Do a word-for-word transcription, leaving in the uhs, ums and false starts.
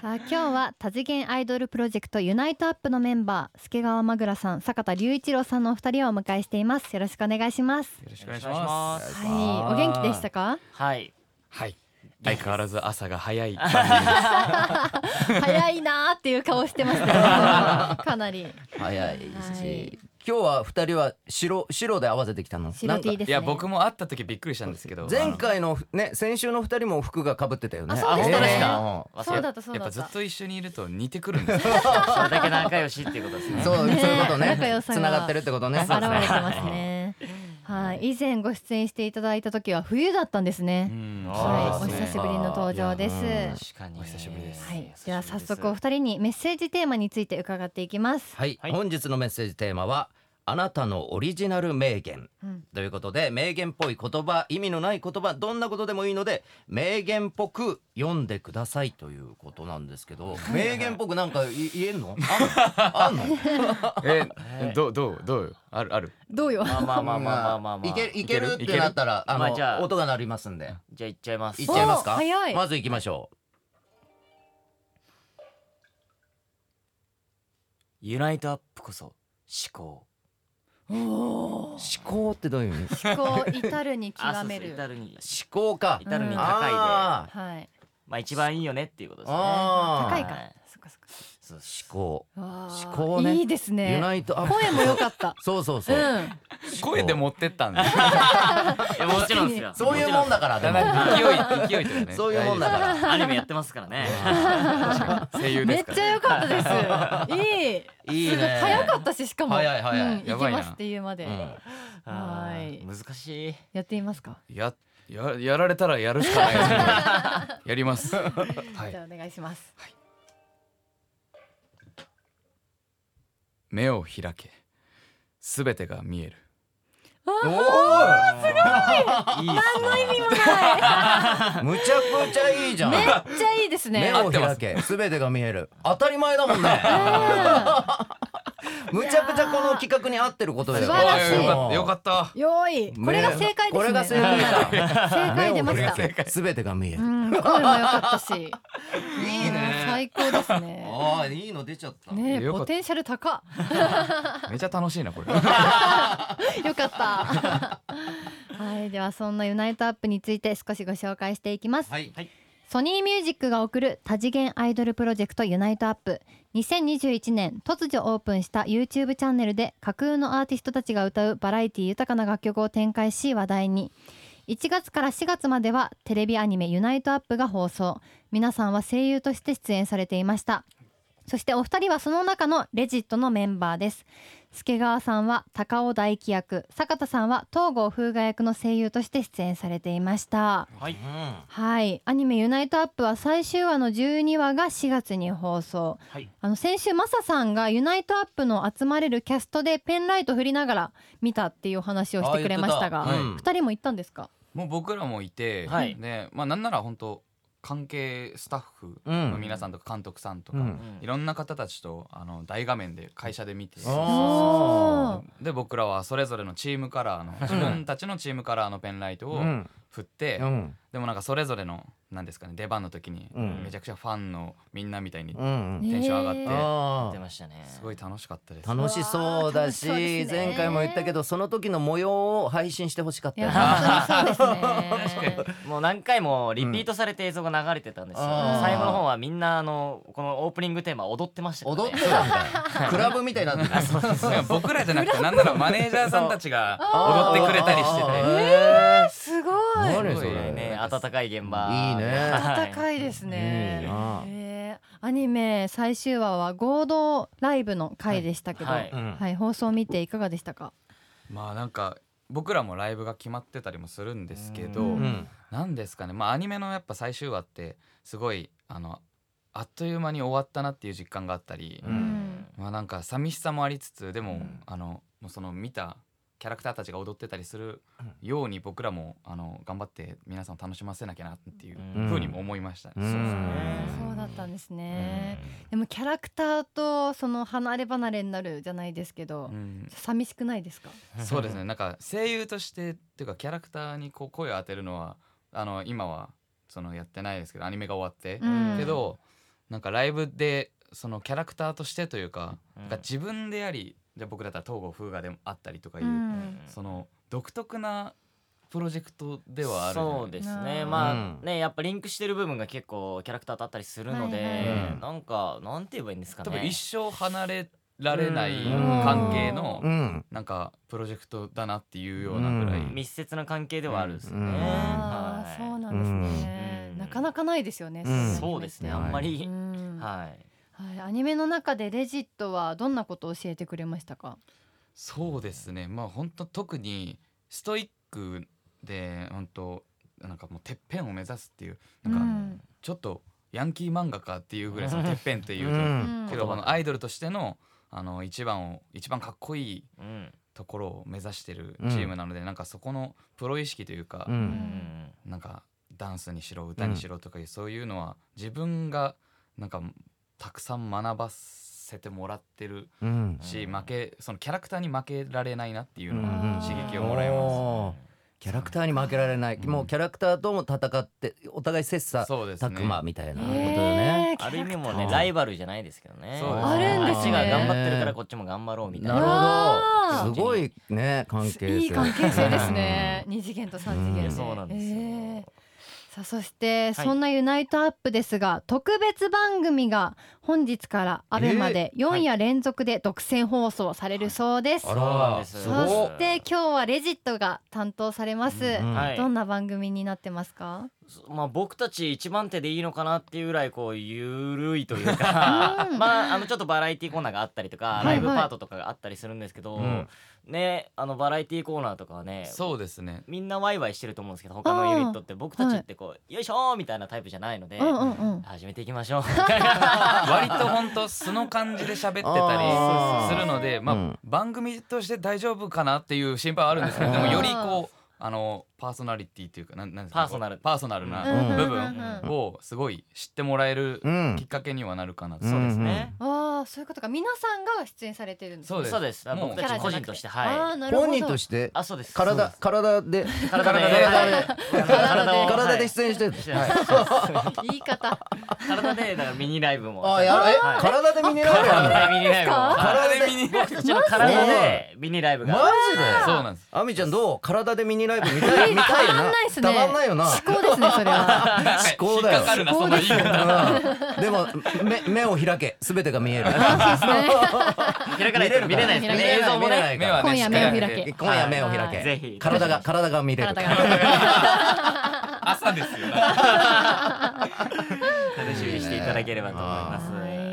あ今日は多次元アイドルプロジェクトユナイトアップのメンバー助川まぐらさん、坂田隆一郎さんのお二人をお迎えしています。よろしくお願いします。 よろしくお願いします。 はい、お元気でしたか？ はいはい相変わらず朝が早い早いなーっていう顔してましたよかなり早いし、 はい、 今日はふたりは白白で合わせてきたの？ 白 T ですね。 いや僕も会った時びっくりしたんですけど、 前回のね先週のふたりも服が被ってたよね。 あそうでしたね、 えーそうだったそうやっぱだった。 ずっと一緒にいると似てくるんですよそれだけ仲良しっていうことですね。 そう、 ねそういうことね。 仲良さがつながってるってことね。 現れてますねはい、以前ご出演していただいた時は冬だったんですね。 うんはい、おそうですね久しぶりの登場です。 確かにお久しぶりです。 はい、では早速お二人にメッセージテーマについて伺っていきます。 はい、 はい本日のメッセージテーマはあなたのオリジナル名言、 うん、 ということで名言っぽい言葉、意味のない言葉、どんなことでもいいので名言っぽく読んでくださいということなんですけど、名言っぽくなんかい言えんの？あんの？あんの？ えどうどうどうあるあるどうよ。 まあまあまあまあまあまあまあいけいけるっいけるてなったらあの、 まあじゃあ音が鳴りますんでじゃあ行っちゃいます。 いっちゃいますか？ お早い。 まず行きましょユナイトアップこそ思考。 おお、 う。思考ってどういう意味？ 思考至るにあ極める。 そうそう至るに思考か。 至るに高いで、 あはい。 まあ一番いいよねっていうことですね。 あー高いかはい。 そっかそっか。 そう思考。 わー思考ねいいですユね。 ナイトアップ。 声も良かったそうそうそうう。 ん。 声で持ってったんですいやもちろんですよ。 そういうもんだからでも。 勢い勢いというねそういうもんだから。 アニメやってますからね。 声優めっですからちゃ良かったです。いい。 いいね。 早かったし、しかも。 早い早いうん、 やばいな行きますっていうまで。 うんあーはい難しい。 やってみますか。 やややられたらやるしかないですねやりますはいじゃあお願いします。 目を開けすべてが見える。 おいいっすね。 ーむちゃくちゃいいじゃん。 めっちゃいいですね。 目を開けすべてが見える。当たり前だもんね。むちゃくちゃこの企画に合ってることだよ。 素晴らしいよかったよかったよい、これが正解ですね。 これが正解だ。 正解出ました。 目を開けすべてが見える。 うん、声も良かったし。いいね最高ですね。 ああいいの出ちゃった。 ねえ、 よかったポテンシャル高っ。 めちゃ楽しいなこれよかった。はい、ではそんなユナイトアップについて少しご紹介していきます。 はい。 ソニーミュージックが送る多次元アイドルプロジェクトユナイトアップ。にせんにじゅういちねん突如オープンした YouTube チャンネルで架空のアーティストたちが歌うバラエティ豊かな楽曲を展開し話題に。いちがつからしがつまではテレビアニメユナイトアップが放送。皆さんは声優として出演されていました。そしてお二人はその中のレジットのメンバーです。助川さんは高尾大輝役、坂田さんは東郷風雅役の声優として出演されていました。 はい。 はい、アニメユナイトアップは最終話のじゅうにわがしがつに放送。 はい。 あの先週マサさんがユナイトアップの集まれるキャストでペンライト振りながら見たっていうお話をしてくれましたが、 あ言ってたうん二人も行ったんですか？ もう僕らもいて、 はいでまあなんなら本当関係スタッフの皆さんとか監督さんとか、 うんいろんな方たちとあの大画面で会社で見て、 あで僕らはそれぞれのチームカラーの自分たちのチームカラーのペンライトをうん振って、 うんでもなんかそれぞれのなんですかね出番の時にうんめちゃくちゃファンのみんなみたいにうんテンション上がって、 へーあ出ましたね。 すごい楽しかったです。 楽しそうだうわー楽しそうでし、 すね前回も言ったけどその時の模様を配信してほしかったいやよね。 本当にそうですね。 もう何回もリピートされて映像が流れてたんですよ。 うんあー最後の方はみんなあのこのオープニングテーマ踊ってましたからね。 踊ってたみたい。クラブみたいになってた。 でも僕らじゃなくてなんならマネージャーさんたちが踊ってくれたりしてて、 て。 すごい。 何そすごいれ。 ね、温かい現場。 いいねはい暖かいですね。 いいなへーアニメ最終話は合同ライブの回でしたけど、ははいいうん放送を見ていかがでしたか？ まあなんか僕らもライブが決まってたりもするんですけど、 ううんなんですかね、まあアニメのやっぱ最終話ってすごいあのあっという間に終わったなっていう実感があったり、 ううんんまあなんか寂しさもありつつでも、 うんあのもうその見たキャラクターたちが踊ってたりするように僕らもあの頑張って皆さんを楽しませなきゃなっていううんふうにも思いましたね。 うんそうですねそうだったんですね。でもキャラクターとその離れ離れになるじゃないですけど、 うん寂しくないですか？ そうですね、なんか声優としてっていうかキャラクターにこう声を当てるのはあの今はそのやってないですけどアニメが終わって、 うんけどなんかライブでそのキャラクターとしてというか、 うんなんか自分であり、じゃあ僕だったら東郷風雅でもあったりとかいう、 うんその独特なプロジェクトではある。 そうですね。 うんまあね、やっぱリンクしてる部分が結構キャラクターとあったりするので、 はいはいなんかなんて言えばいいんですかね。 多分一生離れられないうん関係のうんなんかプロジェクトだなっていうようなぐらい、 うん密接な関係ではあるんですよね。 うんあーはいそうなんですね、 うんなかなかないですよね、 うんいそうですね。 アニメってあんまり、 うんはい。 はい、アニメの中でレジットはどんなことを教えてくれましたか？ そうですね。まあ本当特にストイックで本当なんかもうてっぺんを目指すっていうなんかうんちょっとヤンキー漫画かっていうぐらいそのてっぺんっていうと、 うんけどこのアイドルとしてのあの一番を一番かっこいいうん。 ところを目指してるチームなので、なんかそこのプロ意識というか、 ううんん。 なんかダンスにしろ歌にしろとかいう、そういうのは自分がなんかたくさん学ばせてもらってるうんし、 うん負けそのキャラクターに負けられないなっていうのうんは刺激をもらいます。 おーキャラクターに負けられない、 うんもうキャラクターとも戦ってお互い切磋そうですね。 琢磨みたいなことよね。 えーある意味もねキャラクターライバルじゃないですけどね。 そうですあるんですねあっちが頑張ってるからこっちも頑張ろうみたいな。 なるあーほど、すごいね関係性。 いい関係性ですね。二次元と三次元で、 うんそうなんですよ。 えーさあそして、 はいそんなユナイトアップですが特別番組が本日からアベマでよん夜連続で独占放送されるそうです、 あそうなんです。 すごいそして今日はレジットが担当されます、 うんはい。 どんな番組になってますか？ まあ僕たち一番手でいいのかなっていうぐらいこうゆるいというかうんまああのちょっとバラエティコーナーがあったりとか、 はいライブパートとかがあったりするんですけど、 うんねあのバラエティコーナーとかはねそうですね。 みんなワイワイしてると思うんですけど他のユニットって僕たちってこう、よいしょーみたいなタイプじゃないので、 うんうんうん始めていきましょう割と本当素の感じで喋ってたあーりするので、まあ、 うん番組として大丈夫かなっていう心配はあるんですけど、でもよりこうあのパーソナリティっていうかなんなんですかパーソナルパーソナルなうん部うんうん分をすごい知ってもらえるうんきっかけにはなるかなと。 うんそうですね、 ああそういうことか、皆さんが出演されてるんですね。 そうですそうですもう僕たち個人としてはいあーなるほど。 本人としてあそうです体体で体で体で体で体で出演してる。 はい言い方体でだからミニライブもあやるえはい体でミニライブやるの？ 体でミニライブも体で見に僕たちの体でミニライブがマジで？ そうなんです。 あみちゃんどう？体でミニライブ見たい見たいな。 たまんないっすね。 たまんないよな。 思考ですねそれは。 思考だよ引っかかるなその言い方。 うんでも目目を開け、すべてが見える。 開かないと見れないですね見れない映像も見れなねいから目はね今夜目を開け。 今夜目を開はいけ。 ぜひ体が体が見れる。 体が朝ですよね。 楽しみにしていただければと思いますはい